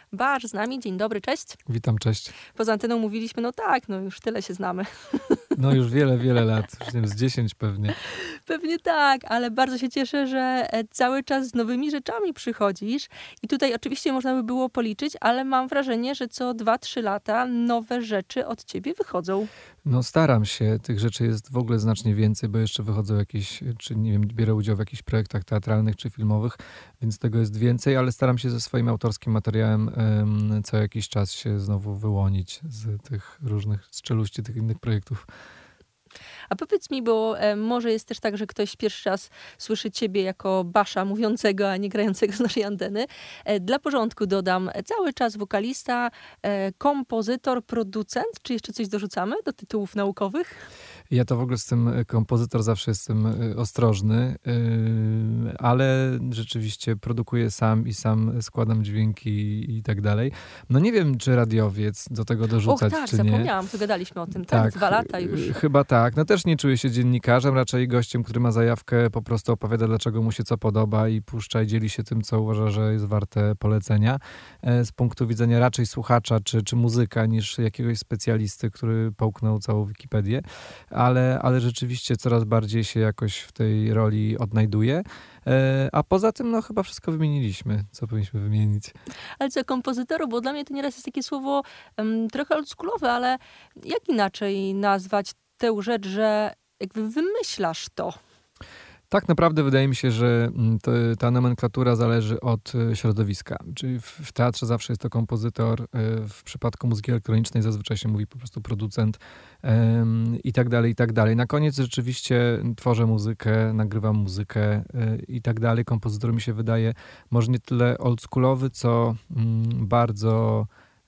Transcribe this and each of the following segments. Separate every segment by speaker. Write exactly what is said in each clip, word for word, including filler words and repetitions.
Speaker 1: Basz z nami, dzień dobry, cześć.
Speaker 2: Witam, cześć.
Speaker 1: Poza anteną mówiliśmy, no tak, no już tyle się znamy.
Speaker 2: No już wiele, wiele lat, już nie wiem, z dziesięć pewnie.
Speaker 1: Pewnie tak, ale bardzo się cieszę, że cały czas z nowymi rzeczami przychodzisz. I tutaj oczywiście można by było policzyć, ale mam wrażenie, że co dwa, trzy lata nowe rzeczy od ciebie wychodzą.
Speaker 2: No staram się, tych rzeczy jest w ogóle znacznie więcej, bo jeszcze wychodzą jakieś, czy nie wiem, biorę udział w jakichś projektach teatralnych czy filmowych, więc tego jest więcej, ale staram się ze swoim autorskim materiałem um, co jakiś czas się znowu wyłonić z tych różnych, z czeluści tych innych projektów.
Speaker 1: A powiedz mi, bo e, może jest też tak, że ktoś pierwszy raz słyszy ciebie jako Basza mówiącego, a nie grającego z naszej anteny. E, dla porządku dodam, e, cały czas wokalista, e, kompozytor, producent, czy jeszcze coś dorzucamy do tytułów naukowych?
Speaker 2: Ja to w ogóle z tym kompozytor zawsze jestem ostrożny, yy, ale rzeczywiście produkuję sam i sam składam dźwięki i tak dalej. No nie wiem, czy radiowiec do tego dorzucać,
Speaker 1: Och, tak,
Speaker 2: czy nie.
Speaker 1: zapomniałam, to gadaliśmy o tym, tak?
Speaker 2: Tak,
Speaker 1: Dwa lata już.
Speaker 2: Chyba tak. No też nie czuję się dziennikarzem, raczej gościem, który ma zajawkę, po prostu opowiada, dlaczego mu się co podoba i puszcza i dzieli się tym, co uważa, że jest warte polecenia. Z punktu widzenia raczej słuchacza czy, czy muzyka, niż jakiegoś specjalisty, który połknął całą Wikipedię. Ale, ale rzeczywiście coraz bardziej się jakoś w tej roli odnajduję. A poza tym, no chyba wszystko wymieniliśmy, co powinniśmy wymienić.
Speaker 1: Ale co, kompozytoru, bo dla mnie to nieraz jest takie słowo um, trochę oldschoolowe, ale jak inaczej nazwać tę rzecz, że jakby wymyślasz to?
Speaker 2: Tak naprawdę wydaje mi się, że to, ta nomenklatura zależy od środowiska. Czyli w, w teatrze zawsze jest to kompozytor, w przypadku muzyki elektronicznej zazwyczaj się mówi po prostu producent um, i tak dalej, i tak dalej. Na koniec rzeczywiście tworzę muzykę, nagrywam muzykę y, i tak dalej. Kompozytor mi się wydaje może nie tyle oldschoolowy, co mm, bardzo...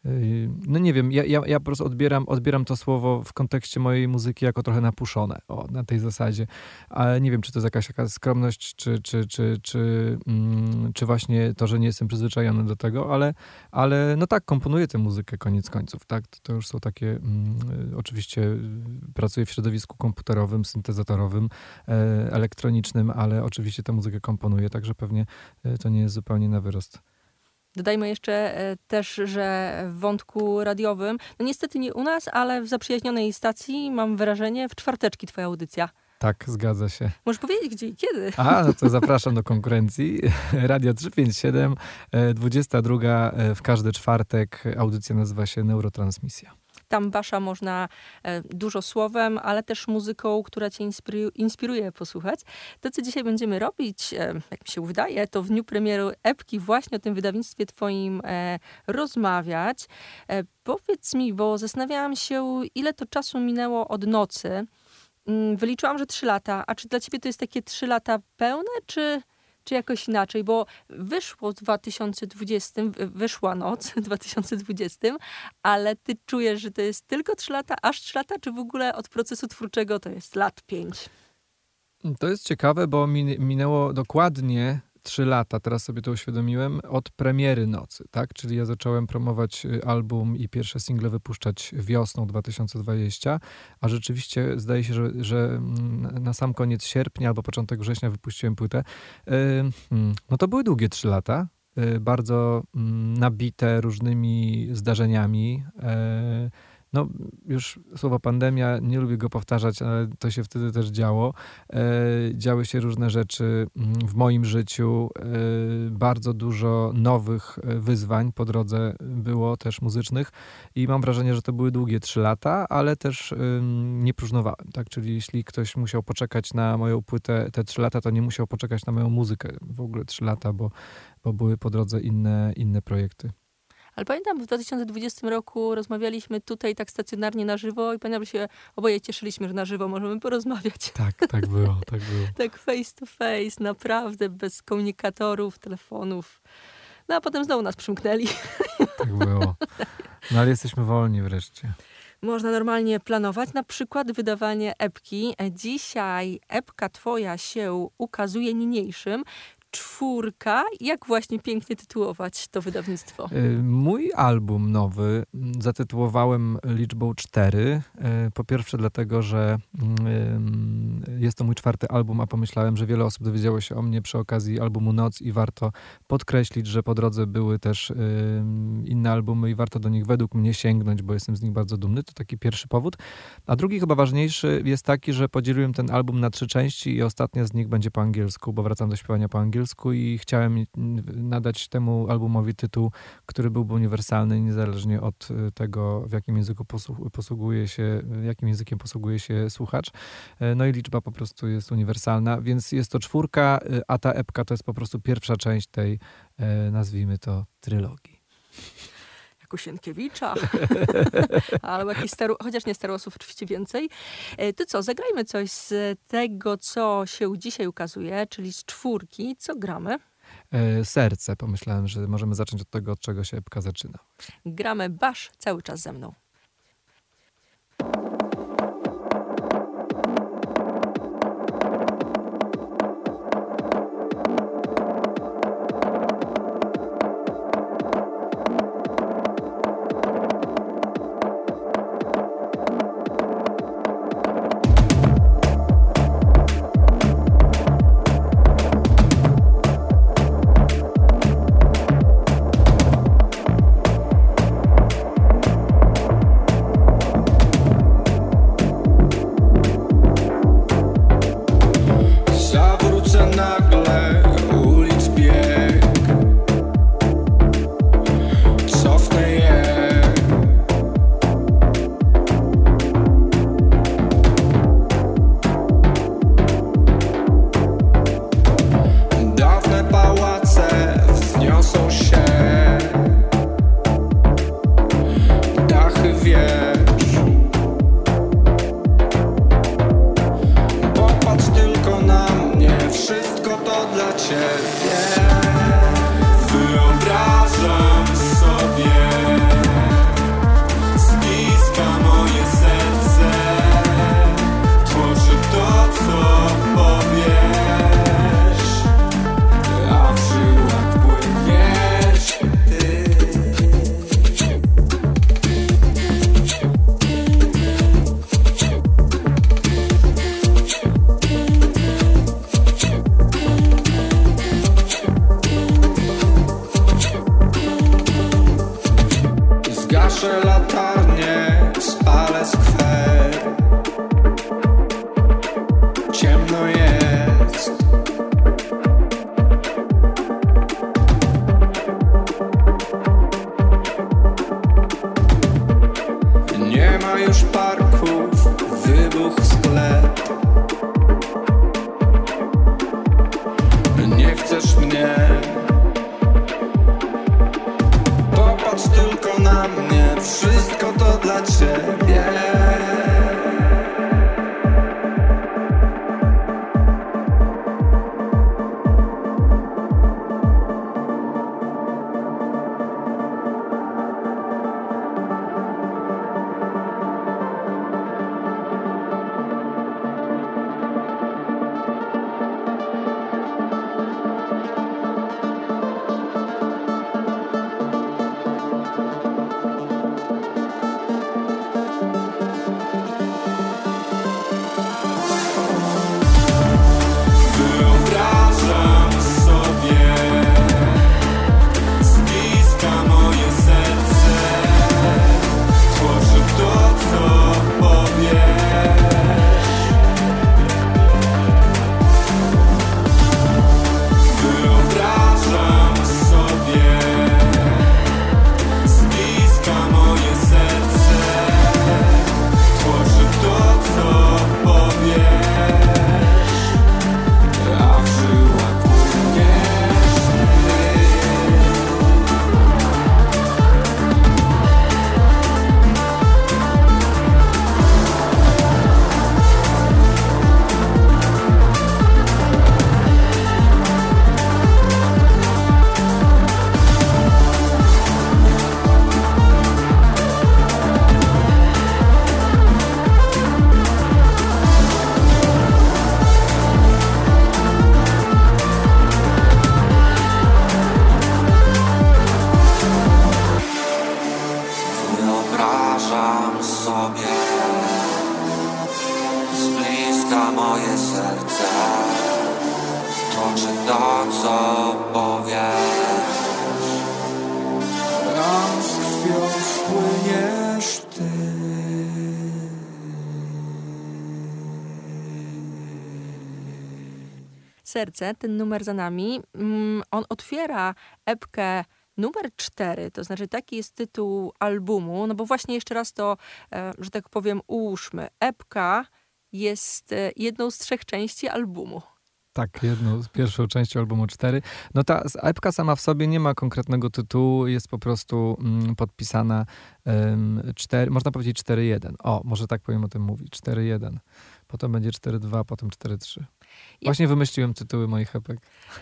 Speaker 2: No nie wiem, ja, ja, ja po prostu odbieram, odbieram to słowo w kontekście mojej muzyki jako trochę napuszone, o, na tej zasadzie. Ale nie wiem, czy to jest jakaś taka skromność, czy, czy, czy, czy, mm, czy właśnie to, że nie jestem przyzwyczajony do tego, ale, ale no tak, komponuję tę muzykę koniec końców, tak? To, to już są takie, mm, oczywiście pracuję w środowisku komputerowym, syntezatorowym, e, elektronicznym, ale oczywiście tę muzykę komponuję, także pewnie to nie jest zupełnie na wyrost.
Speaker 1: Dodajmy jeszcze też, że w wątku radiowym, no niestety nie u nas, ale w zaprzyjaźnionej stacji, mam wrażenie, w czwarteczki twoja audycja.
Speaker 2: Tak, zgadza się.
Speaker 1: Możesz powiedzieć, gdzie i kiedy?
Speaker 2: A, no to zapraszam do konkurencji. Radio trzysta pięćdziesiąt siedem, dwudziesta druga w każdy czwartek. Audycja nazywa się Neurotransmisja.
Speaker 1: Tam Basza można e, dużo słowem, ale też muzyką, która cię inspiruje, inspiruje posłuchać. To, co dzisiaj będziemy robić, e, jak mi się wydaje, to w dniu premiery epki właśnie o tym wydawnictwie twoim e, rozmawiać. E, powiedz mi, bo zastanawiałam się, ile to czasu minęło od nocy. Mm, wyliczyłam, że trzy lata. A czy dla ciebie to jest takie trzy lata pełne, czy... Czy jakoś inaczej, bo wyszło w dwa tysiące dwudziestym, wyszła noc w dwa tysiące dwudziestym, ale ty czujesz, że to jest tylko trzy lata, aż trzy lata, czy w ogóle od procesu twórczego to jest lat pięć?
Speaker 2: To jest ciekawe, bo minęło dokładnie trzy lata, teraz sobie to uświadomiłem, od premiery Nocy, tak? Czyli ja zacząłem promować album i pierwsze single wypuszczać wiosną dwa tysiące dwudziestego, a rzeczywiście zdaje się, że, że na sam koniec sierpnia albo początek września wypuściłem płytę. No to były długie trzy lata, bardzo nabite różnymi zdarzeniami. No już słowo pandemia, nie lubię go powtarzać, ale to się wtedy też działo. E, działy się różne rzeczy w moim życiu. E, bardzo dużo nowych wyzwań po drodze było też muzycznych i mam wrażenie, że to były długie trzy lata, ale też y, nie próżnowałem. Tak? Czyli jeśli ktoś musiał poczekać na moją płytę te trzy lata, to nie musiał poczekać na moją muzykę w ogóle trzy lata, bo, bo były po drodze inne, inne projekty.
Speaker 1: Ale pamiętam, w dwa tysiące dwudziestym roku rozmawialiśmy tutaj tak stacjonarnie na żywo i pamiętam, że się oboje cieszyliśmy, że na żywo możemy porozmawiać.
Speaker 2: Tak, tak było, tak było.
Speaker 1: Tak face to face, naprawdę, bez komunikatorów, telefonów. No a potem znowu nas przymknęli.
Speaker 2: Tak było. No ale jesteśmy wolni wreszcie.
Speaker 1: Można normalnie planować, na przykład wydawanie epki. Dzisiaj epka twoja się ukazuje niniejszym, Czwórka. Jak właśnie pięknie tytułować to wydawnictwo?
Speaker 2: Y, Mój album nowy mm, zatytułowałem liczbą cztery. Y, Po pierwsze dlatego, że mm, jest to mój czwarty album, a pomyślałem, że wiele osób dowiedziało się o mnie przy okazji albumu Noc i warto podkreślić, że po drodze były też y, inne albumy i warto do nich według mnie sięgnąć, bo jestem z nich bardzo dumny. To taki pierwszy powód. A drugi, chyba ważniejszy, jest taki, że podzieliłem ten album na trzy części i ostatnia z nich będzie po angielsku, bo wracam do śpiewania po angielsku i chciałem nadać temu albumowi tytuł, który byłby uniwersalny, niezależnie od tego, w jakim języku posługuje się, jakim językiem posługuje się słuchacz. No i liczba po prostu jest uniwersalna, więc jest to czwórka, a ta epka to jest po prostu pierwsza część tej, nazwijmy to, trylogii.
Speaker 1: Jak u Sienkiewicza. Albo jakiś staru... Chociaż nie starosów, oczywiście więcej. To co, zagrajmy coś z tego, co się dzisiaj ukazuje, czyli z czwórki. Co gramy?
Speaker 2: Serce. Pomyślałem, że możemy zacząć od tego, od czego się epka zaczyna.
Speaker 1: Gramy Basz cały czas ze mną. Serce, ten numer za nami, mm, on otwiera epkę numer cztery, to znaczy taki jest tytuł albumu, no bo właśnie jeszcze raz to, e, że tak powiem, ułóżmy. Epka jest e, jedną z trzech części albumu.
Speaker 2: Tak, jedną z pierwszą częścią albumu cztery. No ta epka sama w sobie nie ma konkretnego tytułu, jest po prostu mm, podpisana um, cztery, można powiedzieć cztery jeden. O, może tak powiem o tym mówić. cztery jeden. Potem będzie cztery dwa, potem cztery trzy. Właśnie wymyśliłem tytuły moich epek.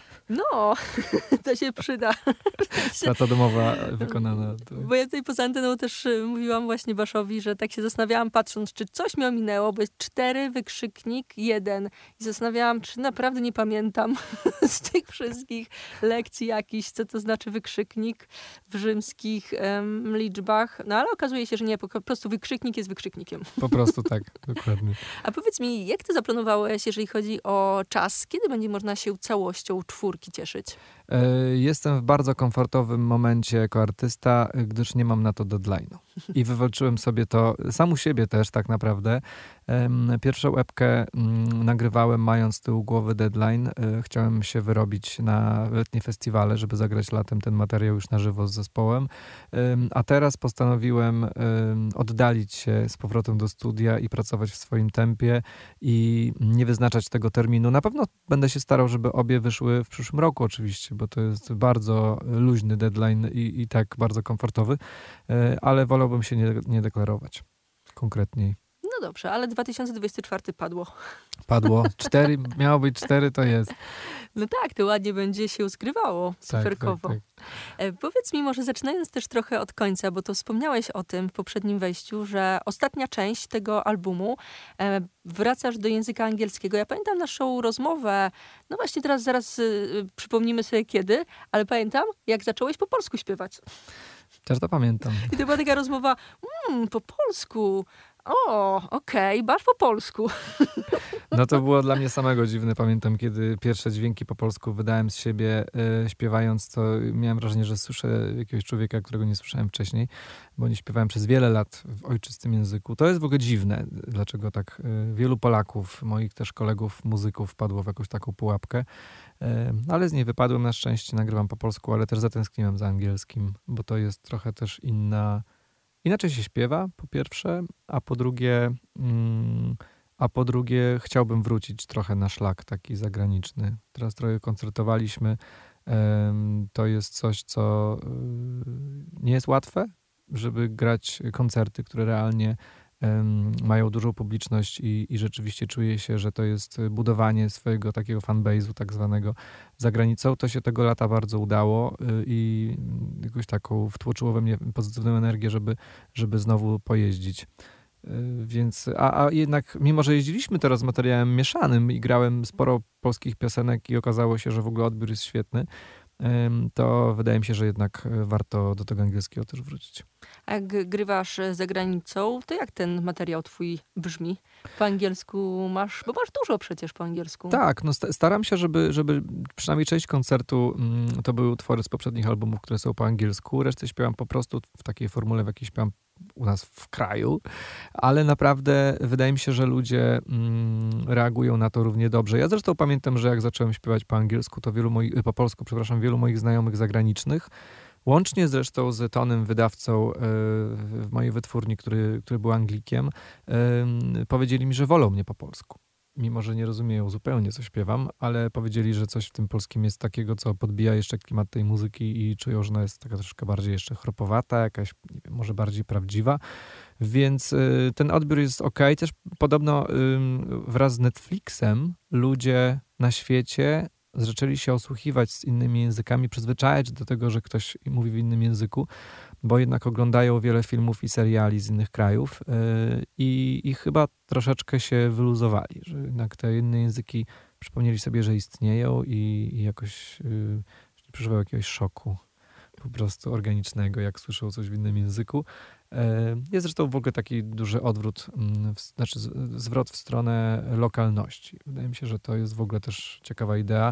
Speaker 1: No, to się przyda.
Speaker 2: Praca domowa wykonana.
Speaker 1: Bo ja tutaj poza anteną też y, mówiłam właśnie Baszowi, że tak się zastanawiałam, patrząc, czy coś mi ominęło, bo jest cztery, wykrzyknik, jeden. I zastanawiałam, czy naprawdę nie pamiętam z tych wszystkich lekcji jakiś, co to znaczy wykrzyknik w rzymskich em, liczbach. No ale okazuje się, że nie, po prostu wykrzyknik jest wykrzyknikiem.
Speaker 2: Po prostu tak, dokładnie.
Speaker 1: A powiedz mi, jak ty zaplanowałeś, jeżeli chodzi o czas? Kiedy będzie można się całością czwórki cieszyć?
Speaker 2: Jestem w bardzo komfortowym momencie jako artysta, gdyż nie mam na to deadline'u. I wywalczyłem sobie to sam u siebie też tak naprawdę. Pierwszą epkę nagrywałem mając z tyłu głowy deadline. Chciałem się wyrobić na letnie festiwale, żeby zagrać latem ten materiał już na żywo z zespołem. A teraz postanowiłem oddalić się z powrotem do studia i pracować w swoim tempie i nie wyznaczać tego terminu. Na pewno będę się starał, żeby obie wyszły w przyszłym roku oczywiście, bo to jest bardzo luźny deadline i, i tak bardzo komfortowy, ale wolałbym się nie, nie deklarować konkretniej.
Speaker 1: No dobrze, ale dwa tysiące dwudziesty czwarty padło.
Speaker 2: Padło. Cztery, miało być cztery, to jest.
Speaker 1: No tak, to ładnie będzie się skrywało, superkowo.
Speaker 2: Tak, tak, tak.
Speaker 1: E, powiedz mi może, zaczynając też trochę od końca, bo to wspomniałeś o tym w poprzednim wejściu, że ostatnia część tego albumu e, wracasz do języka angielskiego. Ja pamiętam naszą rozmowę, no właśnie teraz zaraz y, przypomnimy sobie kiedy, ale pamiętam, jak zacząłeś po polsku śpiewać.
Speaker 2: Też to pamiętam.
Speaker 1: I to była taka rozmowa, mmm, po polsku. O, okej, okay, basz po polsku.
Speaker 2: No to było dla mnie samego dziwne. Pamiętam, kiedy pierwsze dźwięki po polsku wydałem z siebie e, śpiewając, to miałem wrażenie, że słyszę jakiegoś człowieka, którego nie słyszałem wcześniej, bo nie śpiewałem przez wiele lat w ojczystym języku. To jest w ogóle dziwne, dlaczego tak e, wielu Polaków, moich też kolegów, muzyków wpadło w jakąś taką pułapkę. E, ale z niej wypadłem na szczęście, nagrywam po polsku, ale też zatęskniłem za angielskim, bo to jest trochę też inna... Inaczej się śpiewa, po pierwsze, a po drugie, mm, a po drugie chciałbym wrócić trochę na szlak taki zagraniczny. Teraz trochę koncertowaliśmy. Ym, to jest coś, co y, nie jest łatwe, żeby grać koncerty, które realnie ym, mają dużą publiczność i, i rzeczywiście czuje się, że to jest budowanie swojego takiego fanbase'u tak zwanego za granicą. To się tego lata bardzo udało y, i jakąś taką wtłoczyło we mnie pozytywną energię, żeby, żeby znowu pojeździć. Y, więc, a, a jednak mimo, że jeździliśmy teraz z materiałem mieszanym i grałem sporo polskich piosenek i okazało się, że w ogóle odbiór jest świetny, to wydaje mi się, że jednak warto do tego angielskiego też wrócić.
Speaker 1: A jak grywasz za granicą, to jak ten materiał twój brzmi? Po angielsku masz, bo masz dużo przecież po angielsku.
Speaker 2: Tak, no staram się, żeby, żeby przynajmniej część koncertu mm, to były utwory z poprzednich albumów, które są po angielsku. Resztę śpiewam po prostu w takiej formule, w jakiej śpiewam u nas w kraju, ale naprawdę wydaje mi się, że ludzie mm, reagują na to równie dobrze. Ja zresztą pamiętam, że jak zacząłem śpiewać po angielsku, to wielu moich, po polsku, przepraszam, wielu moich znajomych zagranicznych, łącznie zresztą z Tonym, wydawcą y, w mojej wytwórni, który, który był Anglikiem, y, powiedzieli mi, że wolą mnie po polsku. Mimo że nie rozumieją zupełnie, co śpiewam, ale powiedzieli, że coś w tym polskim jest takiego, co podbija jeszcze klimat tej muzyki i czują, że ona jest taka troszkę bardziej jeszcze chropowata, jakaś, nie wiem, może bardziej prawdziwa. Więc y, ten odbiór jest okej. Też podobno y, wraz z Netflixem ludzie na świecie zaczęli się osłuchiwać z innymi językami, przyzwyczajać do tego, że ktoś mówi w innym języku, bo jednak oglądają wiele filmów i seriali z innych krajów yy, i, i chyba troszeczkę się wyluzowali, że jednak te inne języki przypomnieli sobie, że istnieją i, i jakoś yy, przeżywają jakiegoś szoku po prostu organicznego, jak słyszą coś w innym języku. Jest zresztą w ogóle taki duży odwrót, w, znaczy zwrot w stronę lokalności. Wydaje mi się, że to jest w ogóle też ciekawa idea,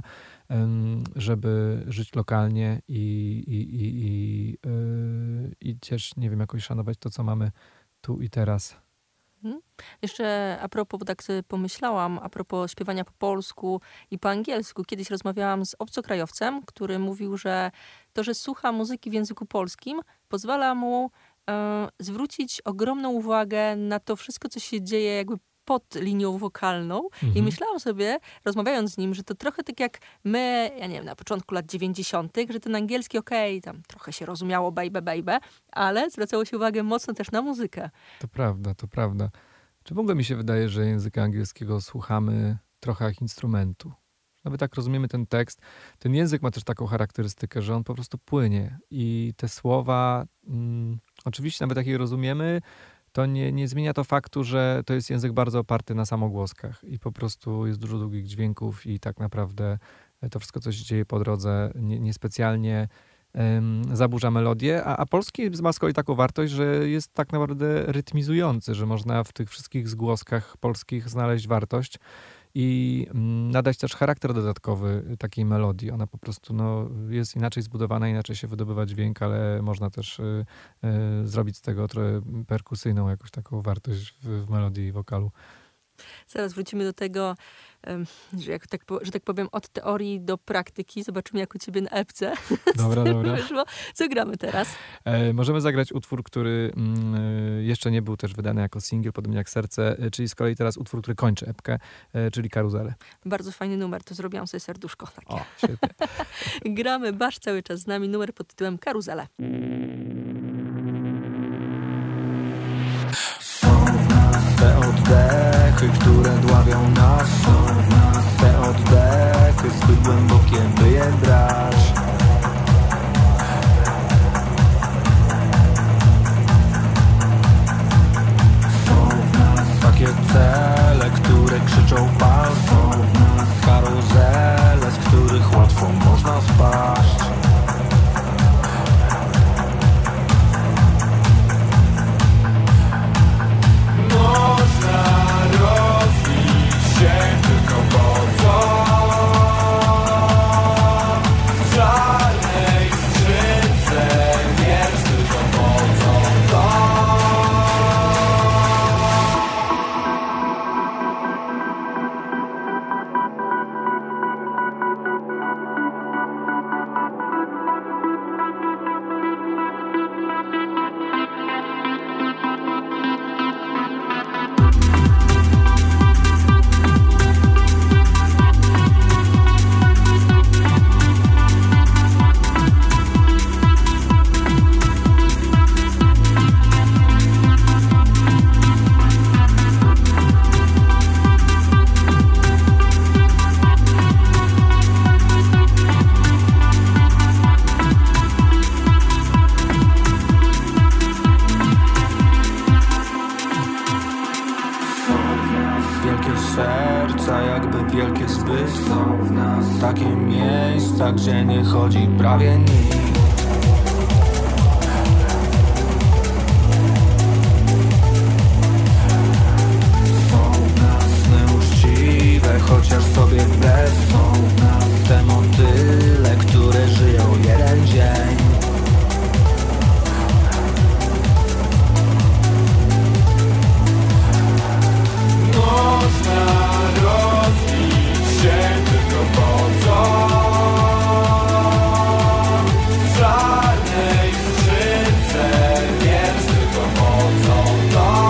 Speaker 2: żeby żyć lokalnie i, i, i, i, i też, nie wiem, jakoś szanować to, co mamy tu i teraz.
Speaker 1: Mhm. Jeszcze a propos, bo tak sobie pomyślałam, a propos śpiewania po polsku i po angielsku. Kiedyś rozmawiałam z obcokrajowcem, który mówił, że to, że słucha muzyki w języku polskim, pozwala mu e, zwrócić ogromną uwagę na to wszystko, co się dzieje jakby pod linią wokalną.
Speaker 2: Mhm.
Speaker 1: I myślałam sobie, rozmawiając z nim, że to trochę tak jak my, ja nie wiem, na początku lat dziewięćdziesiątych, że ten angielski, okej, tam trochę się rozumiało baby, baby, ale zwracało się uwagę mocno też na muzykę.
Speaker 2: To prawda, to prawda. Czy w ogóle mi się wydaje, że języka angielskiego słuchamy trochę jak instrumentu? Nawet tak rozumiemy ten tekst. Ten język ma też taką charakterystykę, że on po prostu płynie i te słowa, mm, oczywiście nawet jak je rozumiemy, to nie, nie zmienia to faktu, że to jest język bardzo oparty na samogłoskach i po prostu jest dużo długich dźwięków i tak naprawdę to wszystko, co się dzieje po drodze, nie, niespecjalnie um, zaburza melodię, a, a polski ma z kolei taką wartość, że jest tak naprawdę rytmizujący, że można w tych wszystkich zgłoskach polskich znaleźć wartość i mm, nadać też charakter dodatkowy takiej melodii. Ona po prostu no, jest inaczej zbudowana, inaczej się wydobywa dźwięk, ale można też y, y, zrobić z tego trochę perkusyjną jakąś taką wartość w, w melodii i wokalu.
Speaker 1: Zaraz wrócimy do tego, em, że, jak tak, po- że tak powiem, od teorii do praktyki. Zobaczymy, jak u ciebie na epce
Speaker 2: Dobra, dobra.
Speaker 1: wyszło. Co gramy teraz?
Speaker 2: E, możemy zagrać utwór, który mm, y, jeszcze nie był też wydany jako singiel, podobnie jak Serce, y, czyli z kolei teraz utwór, który kończy epkę, y, czyli Karuzelę.
Speaker 1: Bardzo fajny numer, to zrobiłam sobie serduszko takie.
Speaker 2: O, świetnie.
Speaker 1: Gramy, basz cały czas z nami, numer pod tytułem Karuzele.
Speaker 3: Te oddechy, które dławią nas, te oddechy zbyt głębokie, by je brać. Są w nas takie cele, które krzyczą pal, są w nas karuzele, z których łatwo można spaść. Można rozbić się tylko po co w czarnej skrzynce, wiesz tylko po co to. Wielkie serca, jakby wielkie zby, są w nas takie miejsca, gdzie nie chodzi prawie nikt. Są w nas sny uczciwe, chociaż sobie wbrew. Są w nas te motyle, które żyją jeden dzień. Można rozbić się tylko po co w czarnej skrzynce, wiesz tylko po co to.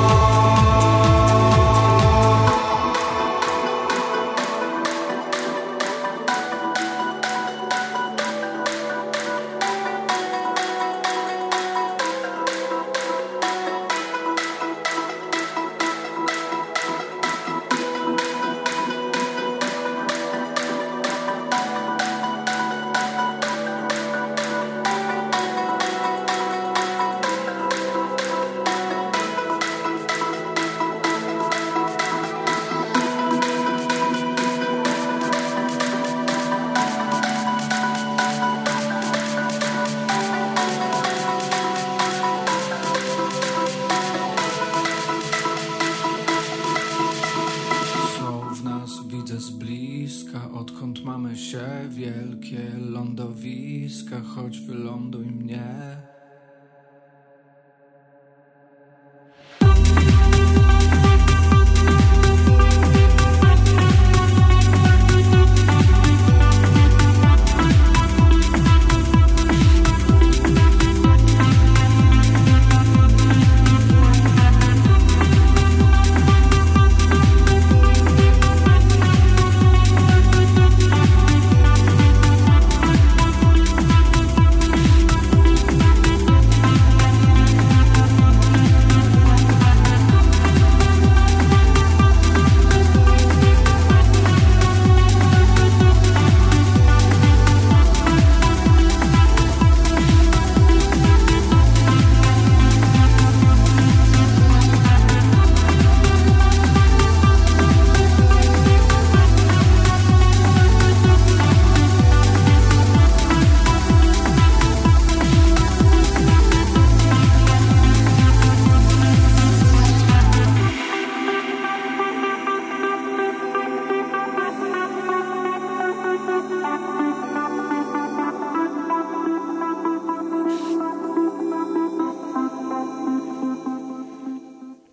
Speaker 3: Są w nas, widzę z bliska, odkąd mamy się wielkie lądowiska, choć wyląduj mnie.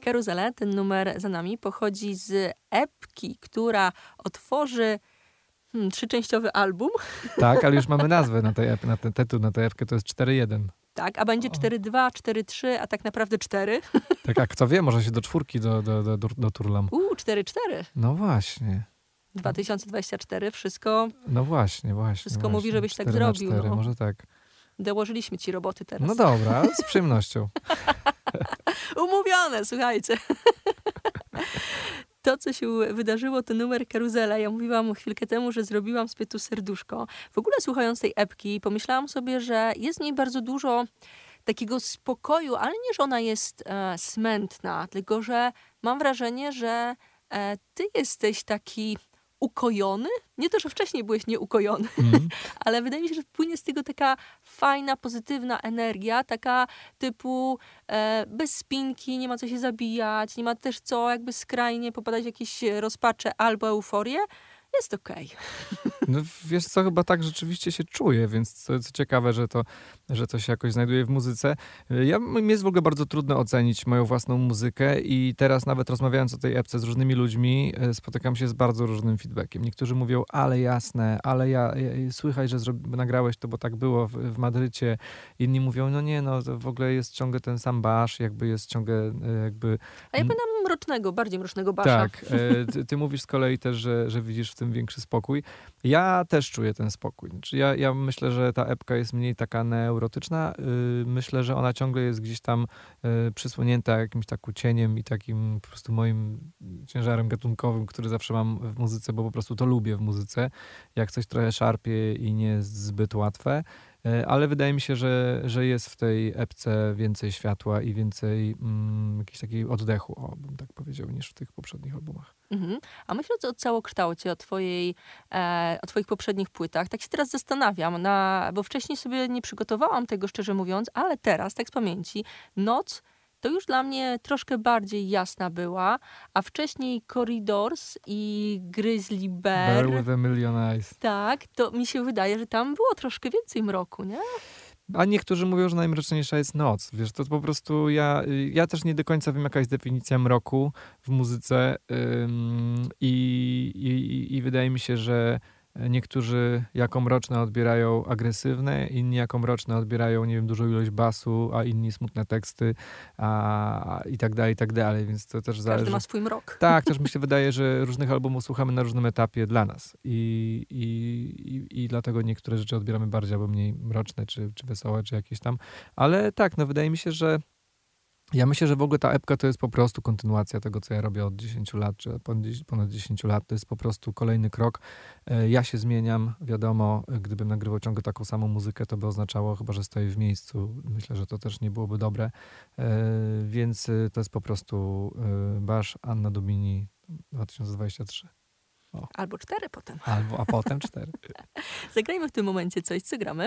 Speaker 1: Karuzele, ten numer za nami, pochodzi z epki, która otworzy hmm, trzyczęściowy album.
Speaker 2: Tak, ale już mamy nazwę na tej ep, na ten tytuł, na tę epkę, to jest cztery jeden.
Speaker 1: Tak, a będzie cztery dwa, cztery trzy, a tak naprawdę cztery.
Speaker 2: Tak, a kto wie, może się do czwórki do, do, do, do, doturlam.
Speaker 1: Uuu, cztery cztery.
Speaker 2: No właśnie.
Speaker 1: dwa tysiące dwudziesty czwarty, wszystko,
Speaker 2: No właśnie, właśnie.
Speaker 1: wszystko
Speaker 2: właśnie.
Speaker 1: mówi, żebyś tak
Speaker 2: cztery na
Speaker 1: zrobił.
Speaker 2: cztery,
Speaker 1: No.
Speaker 2: może tak.
Speaker 1: Dołożyliśmy ci roboty teraz.
Speaker 2: No dobra, z przyjemnością.
Speaker 1: Umówione, słuchajcie. To, co się wydarzyło, to numer Karuzela. Ja mówiłam chwilkę temu, że zrobiłam sobie tu serduszko. W ogóle słuchając tej epki, pomyślałam sobie, że jest w niej bardzo dużo takiego spokoju, ale nie, że ona jest e, smętna, tylko że mam wrażenie, że e, ty jesteś taki ukojony. Nie to, że wcześniej byłeś nieukojony,
Speaker 2: Mm.
Speaker 1: ale wydaje mi się, że płynie z tego taka fajna, pozytywna energia, taka typu e, bez spinki, nie ma co się zabijać, nie ma też co jakby skrajnie popadać w jakieś rozpacze albo euforię. Jest okej.
Speaker 2: No wiesz co, chyba tak rzeczywiście się czuję, więc co, co ciekawe, że to, że to się jakoś znajduje w muzyce. Ja, mi jest w ogóle bardzo trudno ocenić moją własną muzykę i teraz nawet rozmawiając o tej epce z różnymi ludźmi, e, spotykam się z bardzo różnym feedbackiem. Niektórzy mówią, ale jasne, ale ja, ja słychać, że zrobi, nagrałeś to, bo tak było w, w Madrycie. Inni mówią, no nie, no to w ogóle jest ciągle ten sam basz, jakby jest ciągle e, jakby...
Speaker 1: A ja pamiętam mrocznego, bardziej mrocznego basza.
Speaker 2: Tak, e, ty, ty mówisz z kolei też, że, że widzisz w tym większy spokój. Ja też czuję ten spokój. Znaczy ja, ja myślę, że ta epka jest mniej taka neurotyczna. Yy, myślę, że ona ciągle jest gdzieś tam yy, przysłonięta jakimś takim cieniem i takim po prostu moim ciężarem gatunkowym, który zawsze mam w muzyce, bo po prostu to lubię w muzyce. Jak coś trochę szarpie i nie jest zbyt łatwe. Ale wydaje mi się, że, że jest w tej epce więcej światła i więcej mm, jakiegoś takiego oddechu, o, bym tak powiedział, niż w tych poprzednich albumach.
Speaker 1: Mhm. A myśląc o całokształcie, o, twojej, e, o twoich poprzednich płytach, tak się teraz zastanawiam, na, bo wcześniej sobie nie przygotowałam tego, szczerze mówiąc, ale teraz, tak z pamięci, Noc to już dla mnie troszkę bardziej jasna była, a wcześniej Corridors i Grizzly Bear,
Speaker 2: Bear with a Million Eyes.
Speaker 1: tak, to mi się wydaje, że tam było troszkę więcej mroku, nie?
Speaker 2: A niektórzy mówią, że najmroczniejsza jest noc. Wiesz, to po prostu ja, ja też nie do końca wiem, jaka jest definicja mroku w muzyce ym, i, i, i wydaje mi się, że niektórzy jako mroczne odbierają agresywne, inni jako mroczne odbierają, nie wiem, dużą ilość basu, a inni smutne teksty a, i tak dalej, i tak dalej, więc to też
Speaker 1: Każdy
Speaker 2: zależy.
Speaker 1: ma swój mrok.
Speaker 2: Tak, też mi się wydaje, że różnych albumów słuchamy na różnym etapie dla nas i, i, i, i dlatego niektóre rzeczy odbieramy bardziej albo mniej mroczne, czy, czy wesołe, czy jakieś tam, ale tak, no wydaje mi się, że ja myślę, że w ogóle ta epka to jest po prostu kontynuacja tego, co ja robię od dziesięciu lat, czy ponad dziesięciu lat. To jest po prostu kolejny krok. Ja się zmieniam, wiadomo, gdybym nagrywał ciągle taką samą muzykę, to by oznaczało chyba, że stoję w miejscu. Myślę, że to też nie byłoby dobre. Więc to jest po prostu Basz, Anna Domini dwa tysiące dwudziesty trzeci. O.
Speaker 1: Albo cztery potem.
Speaker 2: Albo, a potem cztery.
Speaker 1: Zagrajmy w tym momencie coś. Co gramy?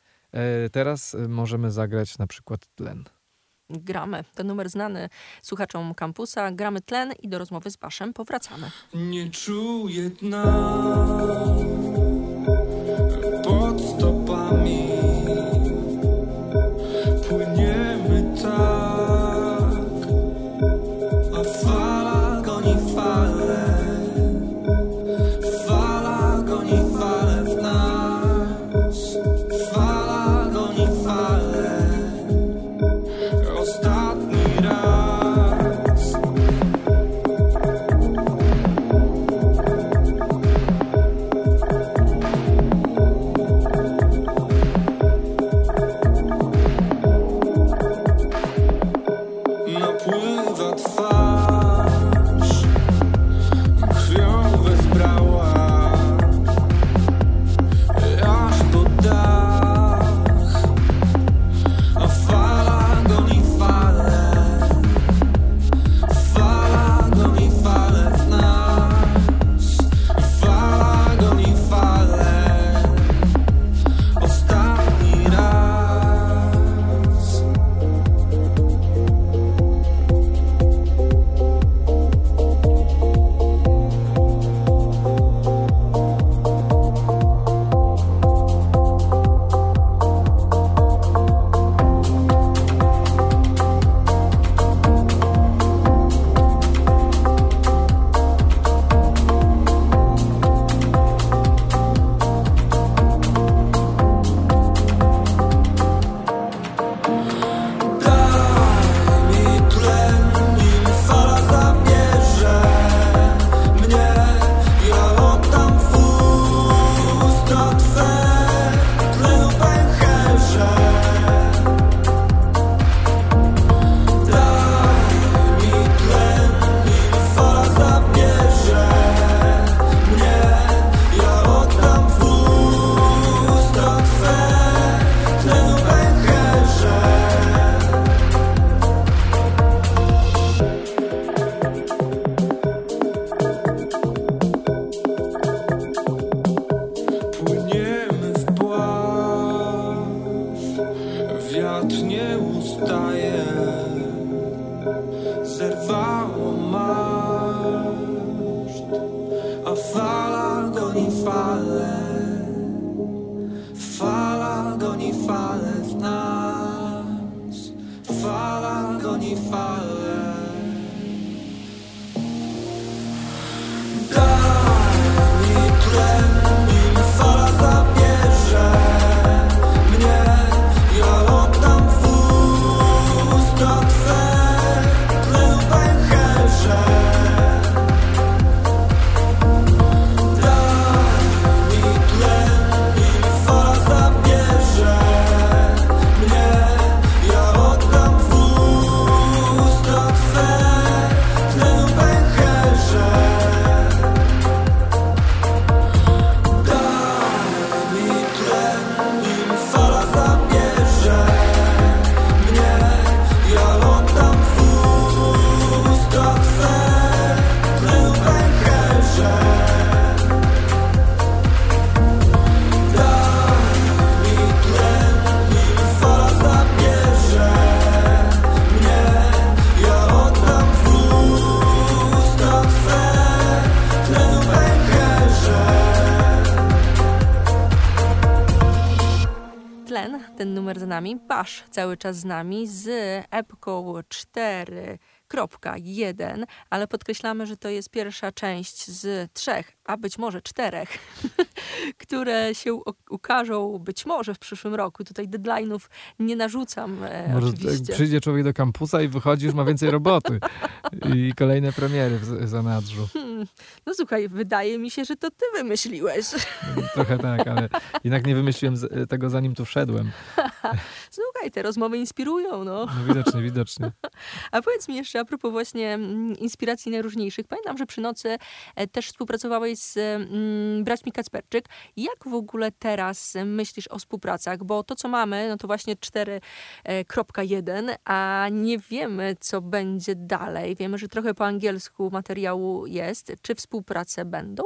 Speaker 2: Teraz możemy zagrać na przykład Tlen.
Speaker 1: Gramy. To numer znany słuchaczom kampusa. Gramy Tlen i do rozmowy z Baszem powracamy.
Speaker 3: Nie czuję dna pod stopami. Płyniemy tak, a fala goni falę. Fala goni falę w nas. Fala goni falę. Ostatni raz. wstaje, zerwało maszt, a fala goni falę, fala goni falę w nas, fala goni falę. Daj mi tlen, nim fala zabierze mnie, ja oddam w usta Twe tlenu pęcherze. Daj mi tlen, nim fala zabierze mnie, ja oddam w usta Twe tlenu pęcherze.
Speaker 1: Ten numer za nami, Bash cały czas z nami z epką cztery kropka jeden, ale podkreślamy, że to jest pierwsza część z trzech, a być może czterech, które się ukażą być może w przyszłym roku. Tutaj deadline'ów nie narzucam e,
Speaker 2: może
Speaker 1: oczywiście.
Speaker 2: Przyjdzie człowiek do kampusa i wychodzi, już ma więcej roboty. I kolejne premiery w zanadrzu.
Speaker 1: Hmm. No słuchaj, wydaje mi się, że to ty wymyśliłeś.
Speaker 2: Trochę tak, ale jednak nie wymyśliłem z, tego, zanim tu wszedłem.
Speaker 1: Słuchaj, te rozmowy inspirują, no.
Speaker 2: No widocznie, widocznie.
Speaker 1: A powiedz mi jeszcze a propos właśnie inspiracji najróżniejszych. Pamiętam, że przy nocy też współpracowałeś z mm, braćmi Kacperczyk. Jak w ogóle teraz myślisz o współpracach? Bo to, co mamy, no to właśnie cztery kropka jeden, a nie wiemy, co będzie dalej. Wiemy, że trochę po angielsku materiału jest. Czy współprace będą?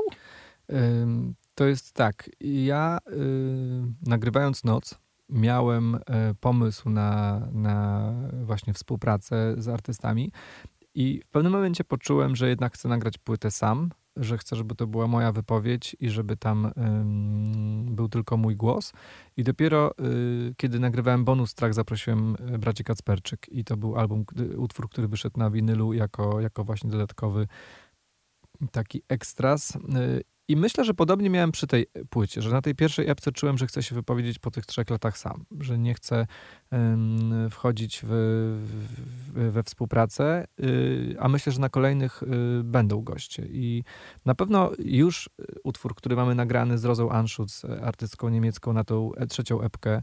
Speaker 2: Ym, to jest tak. Ja y, nagrywając Noc miałem y, pomysł na, na właśnie współpracę z artystami i w pewnym momencie poczułem, że jednak chcę nagrać płytę sam, że chcę, żeby to była moja wypowiedź i żeby tam ym, był tylko mój głos. I dopiero y, kiedy nagrywałem bonus track, zaprosiłem braci Kacperczyk i to był album, utwór, który wyszedł na winylu jako, jako właśnie dodatkowy taki ekstras. Y, I myślę, że podobnie miałem przy tej płycie, że na tej pierwszej epce czułem, że chcę się wypowiedzieć po tych trzech latach sam, że nie chcę um, wchodzić w, w, we współpracę, y, a myślę, że na kolejnych y, będą goście. I na pewno już utwór, który mamy nagrany z Rozą Anschutz, artystką niemiecką, na tą trzecią epkę,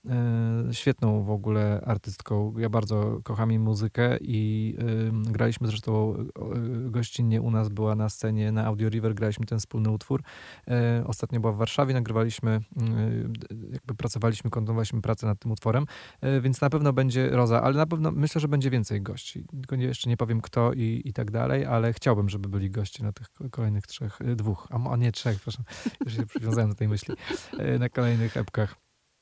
Speaker 2: y, świetną w ogóle artystką. Ja bardzo kocham jej muzykę i y, graliśmy zresztą y, gościnnie u nas, była na scenie na Audio River, graliśmy ten wspólny utwór. E, ostatnio była w Warszawie, nagrywaliśmy, e, jakby pracowaliśmy, kontynuowaliśmy pracę nad tym utworem, e, więc na pewno będzie Roza, ale na pewno myślę, że będzie więcej gości. Tylko nie, jeszcze nie powiem kto i, i tak dalej, ale chciałbym, żeby byli goście na tych kolejnych trzech, e, dwóch, a, a nie trzech, przepraszam, już się przywiązałem do tej myśli, e, na kolejnych epkach.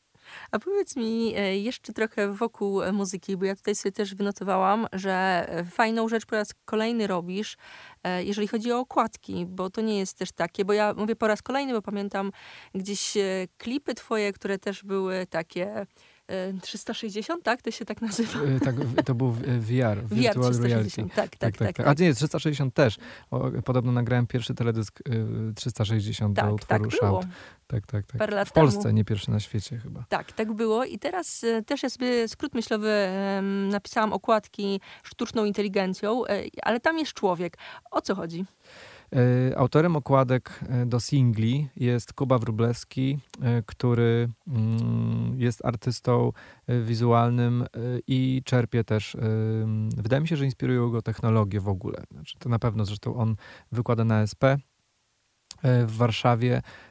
Speaker 1: A powiedz mi jeszcze trochę wokół muzyki, bo ja tutaj sobie też wynotowałam, że fajną rzecz po raz kolejny robisz, jeżeli chodzi o okładki, bo to nie jest też takie, bo ja mówię po raz kolejny, bo pamiętam gdzieś klipy twoje, które też były takie trzysta sześćdziesiąt, tak? To się tak nazywa?
Speaker 2: Tak, to był V R, Virtual Reality.
Speaker 1: Tak, tak, tak, tak, tak.
Speaker 2: A nie, trzysta sześćdziesiąt też. O, podobno nagrałem pierwszy teledysk trzysta sześćdziesiąt
Speaker 1: tak,
Speaker 2: do utworu
Speaker 1: tak
Speaker 2: Shout.
Speaker 1: Było.
Speaker 2: Tak, tak, tak.
Speaker 1: Parę lat
Speaker 2: w Polsce,
Speaker 1: temu.
Speaker 2: nie pierwszy na świecie chyba.
Speaker 1: Tak, tak było i teraz e, też ja sobie skrót myślowy e, napisałam okładki sztuczną inteligencją, e, ale tam jest człowiek. O co chodzi?
Speaker 2: E, autorem okładek do singli jest Kuba Wróblewski, e, który mm, jest artystą wizualnym e, i czerpie też, e, wydaje mi się, że inspirują go technologie w ogóle. Znaczy, to na pewno, zresztą on wykłada na S P w Warszawie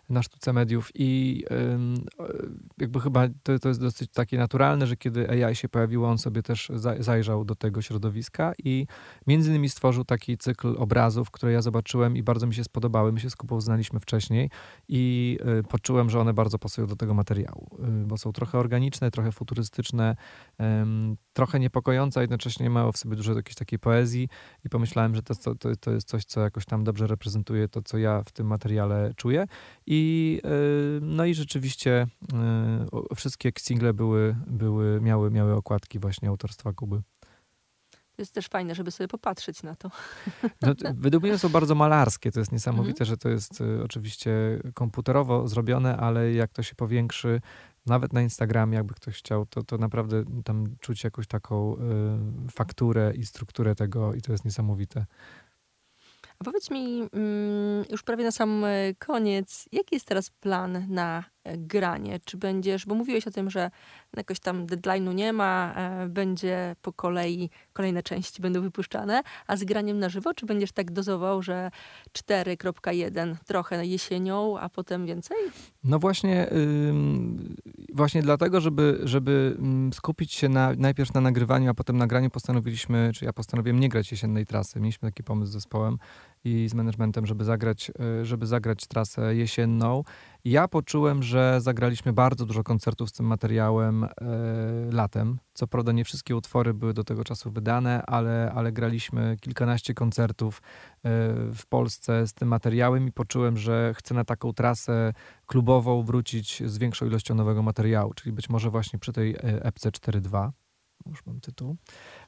Speaker 2: na Sztuce Mediów i ym, jakby chyba to, to jest dosyć takie naturalne, że kiedy A I się pojawiło, on sobie też za, zajrzał do tego środowiska i między innymi stworzył taki cykl obrazów, które ja zobaczyłem i bardzo mi się spodobały. My się z Kubą znaliśmy wcześniej i y, poczułem, że one bardzo pasują do tego materiału, y, bo są trochę organiczne, trochę futurystyczne, ym, trochę niepokojące, a jednocześnie mają w sobie dużo jakiejś takiej poezji i pomyślałem, że to, to, to jest coś, co jakoś tam dobrze reprezentuje to, co ja w tym materiale czuję. I, y, no i rzeczywiście y, wszystkie single były, były, miały, miały okładki właśnie autorstwa Kuby.
Speaker 1: To jest też fajne, żeby sobie popatrzeć na to.
Speaker 2: No, według mnie są bardzo malarskie. To jest niesamowite,
Speaker 1: Mhm.
Speaker 2: że to jest y, oczywiście komputerowo zrobione, ale jak to się powiększy, nawet na Instagramie, jakby ktoś chciał, to, to naprawdę tam czuć jakąś taką y, fakturę i strukturę tego i to jest niesamowite.
Speaker 1: A powiedz mi mm, już prawie na sam e, koniec, jaki jest teraz plan na e, granie? Czy będziesz, bo mówiłeś o tym, że jakoś tam deadline'u nie ma, e, będzie po kolei, kolejne części będą wypuszczane, a z graniem na żywo, czy będziesz tak dozował, że cztery kropka jeden trochę jesienią, a potem więcej?
Speaker 2: No właśnie, ym, właśnie dlatego, żeby, żeby ym, skupić się na, najpierw na nagrywaniu, a potem nagraniu postanowiliśmy, czy ja postanowiłem nie grać jesiennej trasy. Mieliśmy taki pomysł z zespołem i z managementem, żeby zagrać, y, żeby zagrać trasę jesienną. Ja poczułem, że zagraliśmy bardzo dużo koncertów z tym materiałem y, latem. Co prawda nie wszystkie utwory były do tego czasu wydane, ale, ale graliśmy kilkanaście koncertów y, w Polsce z tym materiałem i poczułem, że chcę na taką trasę klubową wrócić z większą ilością nowego materiału, czyli być może właśnie przy tej epce cztery dwa. Już mam tytuł.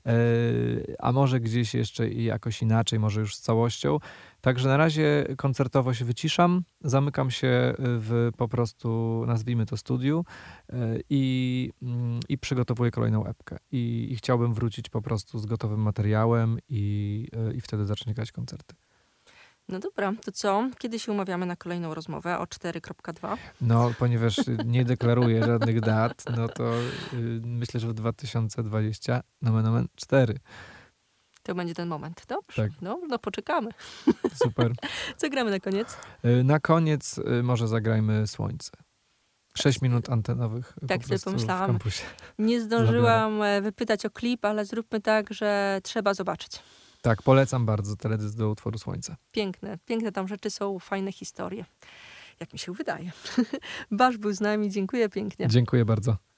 Speaker 2: A może gdzieś jeszcze i jakoś inaczej, może już z całością. Także na razie koncertowo się wyciszam, zamykam się w po prostu, nazwijmy to studiu i, i przygotowuję kolejną epkę. I, I chciałbym wrócić po prostu z gotowym materiałem i, i wtedy zacznie grać koncerty.
Speaker 1: No dobra, to co? Kiedy się umawiamy na kolejną rozmowę o cztery kropka dwa?
Speaker 2: No, ponieważ nie deklaruję żadnych dat, no to y, myślę, że w dwa tysiące dwudziestym nomen omen cztery.
Speaker 1: To będzie ten moment. Dobrze,
Speaker 2: Tak.
Speaker 1: no, no poczekamy.
Speaker 2: Super.
Speaker 1: Co gramy na koniec?
Speaker 2: Y, na koniec y, może zagrajmy Słońce. Sześć minut antenowych
Speaker 1: Tak
Speaker 2: po
Speaker 1: sobie
Speaker 2: prostu
Speaker 1: pomyślałam.
Speaker 2: w kampusie.
Speaker 1: Nie zdążyłam e, wypytać o klip, ale zróbmy tak, że trzeba zobaczyć.
Speaker 2: Tak, polecam bardzo teledysk do utworu Słońce.
Speaker 1: Piękne, piękne tam rzeczy są, fajne historie. Jak mi się wydaje. Basz był z nami, dziękuję pięknie.
Speaker 2: Dziękuję bardzo.